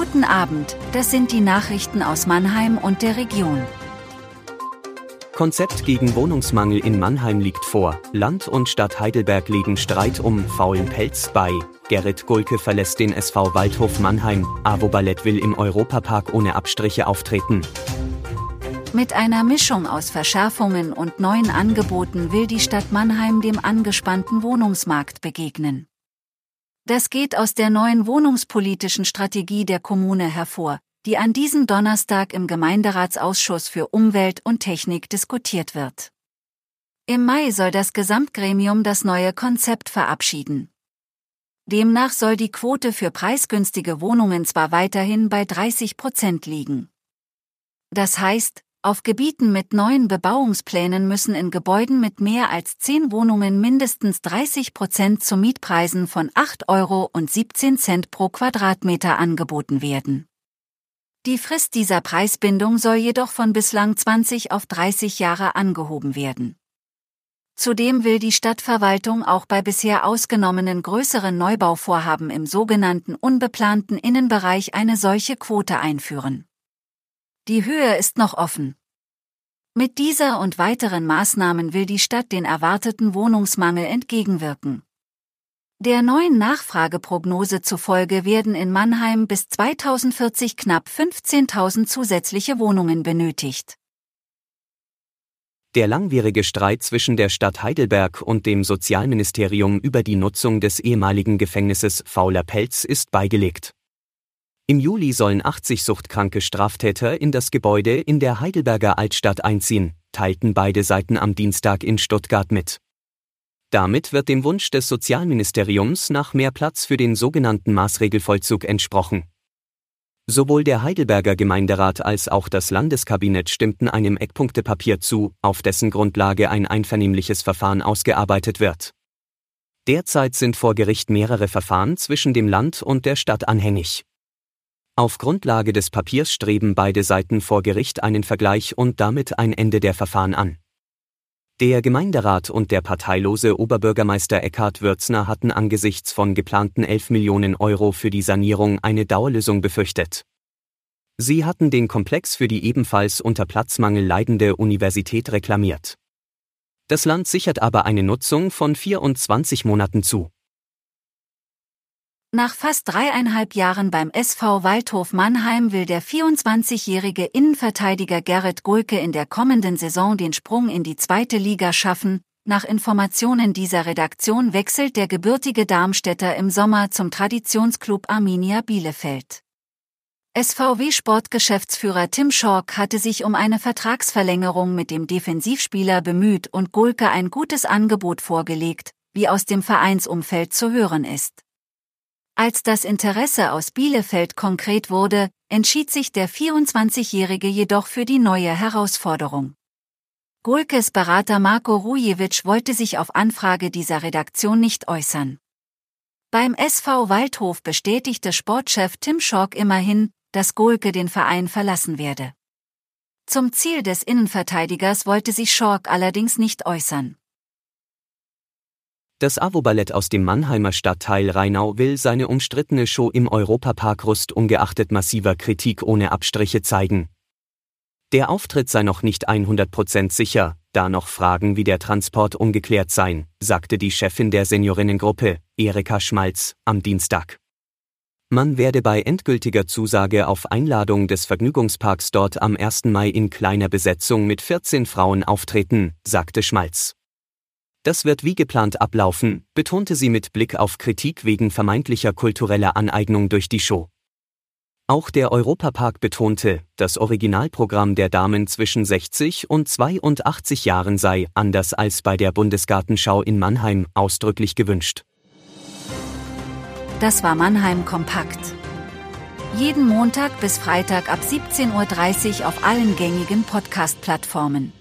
Guten Abend, das sind die Nachrichten aus Mannheim und der Region. Konzept gegen Wohnungsmangel in Mannheim liegt vor. Land und Stadt Heidelberg legen Streit um faulen Pelz bei. Gerrit Gulke verlässt den SV Waldhof Mannheim. AWO Ballett will im Europapark ohne Abstriche auftreten. Mit einer Mischung aus Verschärfungen und neuen Angeboten will die Stadt Mannheim dem angespannten Wohnungsmarkt begegnen. Das geht aus der neuen wohnungspolitischen Strategie der Kommune hervor, die an diesem Donnerstag im Gemeinderatsausschuss für Umwelt und Technik diskutiert wird. Im Mai soll das Gesamtgremium das neue Konzept verabschieden. Demnach soll die Quote für preisgünstige Wohnungen zwar weiterhin bei 30% liegen. Das heißt, auf Gebieten mit neuen Bebauungsplänen müssen in Gebäuden mit mehr als 10 Wohnungen mindestens 30% zu Mietpreisen von 8,17 € pro Quadratmeter angeboten werden. Die Frist dieser Preisbindung soll jedoch von bislang 20 auf 30 Jahre angehoben werden. Zudem will die Stadtverwaltung auch bei bisher ausgenommenen größeren Neubauvorhaben im sogenannten unbeplanten Innenbereich eine solche Quote einführen. Die Höhe ist noch offen. Mit dieser und weiteren Maßnahmen will die Stadt den erwarteten Wohnungsmangel entgegenwirken. Der neuen Nachfrageprognose zufolge werden in Mannheim bis 2040 knapp 15.000 zusätzliche Wohnungen benötigt. Der langwierige Streit zwischen der Stadt Heidelberg und dem Sozialministerium über die Nutzung des ehemaligen Gefängnisses Fauler Pelz ist beigelegt. Im Juli sollen 80 suchtkranke Straftäter in das Gebäude in der Heidelberger Altstadt einziehen, teilten beide Seiten am Dienstag in Stuttgart mit. Damit wird dem Wunsch des Sozialministeriums nach mehr Platz für den sogenannten Maßregelvollzug entsprochen. Sowohl der Heidelberger Gemeinderat als auch das Landeskabinett stimmten einem Eckpunktepapier zu, auf dessen Grundlage ein einvernehmliches Verfahren ausgearbeitet wird. Derzeit sind vor Gericht mehrere Verfahren zwischen dem Land und der Stadt anhängig. Auf Grundlage des Papiers streben beide Seiten vor Gericht einen Vergleich und damit ein Ende der Verfahren an. Der Gemeinderat und der parteilose Oberbürgermeister Eckhard Würzner hatten angesichts von geplanten 11 Millionen € für die Sanierung eine Dauerlösung befürchtet. Sie hatten den Komplex für die ebenfalls unter Platzmangel leidende Universität reklamiert. Das Land sichert aber eine Nutzung von 24 Monaten zu. Nach fast 3,5 Jahren beim SV Waldhof Mannheim will der 24-jährige Innenverteidiger Gerrit Gulke in der kommenden Saison den Sprung in die 2. Liga schaffen. Nach Informationen dieser Redaktion wechselt der gebürtige Darmstädter im Sommer zum Traditionsklub Arminia Bielefeld. SVW-Sportgeschäftsführer Tim Schork hatte sich um eine Vertragsverlängerung mit dem Defensivspieler bemüht und Gulke ein gutes Angebot vorgelegt, wie aus dem Vereinsumfeld zu hören ist. Als das Interesse aus Bielefeld konkret wurde, entschied sich der 24-Jährige jedoch für die neue Herausforderung. Gulkes Berater Marko Rujevic wollte sich auf Anfrage dieser Redaktion nicht äußern. Beim SV Waldhof bestätigte Sportchef Tim Schork immerhin, dass Gulke den Verein verlassen werde. Zum Ziel des Innenverteidigers wollte sich Schork allerdings nicht äußern. Das AWO Ballett aus dem Mannheimer Stadtteil Rheinau will seine umstrittene Show im Europapark Rust ungeachtet massiver Kritik ohne Abstriche zeigen. Der Auftritt sei noch nicht 100% sicher, da noch Fragen wie der Transport ungeklärt seien, sagte die Chefin der Seniorinnengruppe, Erika Schmalz, am Dienstag. Man werde bei endgültiger Zusage auf Einladung des Vergnügungsparks dort am 1. Mai in kleiner Besetzung mit 14 Frauen auftreten, sagte Schmalz. Das wird wie geplant ablaufen, betonte sie mit Blick auf Kritik wegen vermeintlicher kultureller Aneignung durch die Show. Auch der Europapark betonte, das Originalprogramm der Damen zwischen 60 und 82 Jahren sei, anders als bei der Bundesgartenschau in Mannheim, ausdrücklich gewünscht. Das war Mannheim Kompakt. Jeden Montag bis Freitag ab 17:30 Uhr auf allen gängigen Podcast-Plattformen.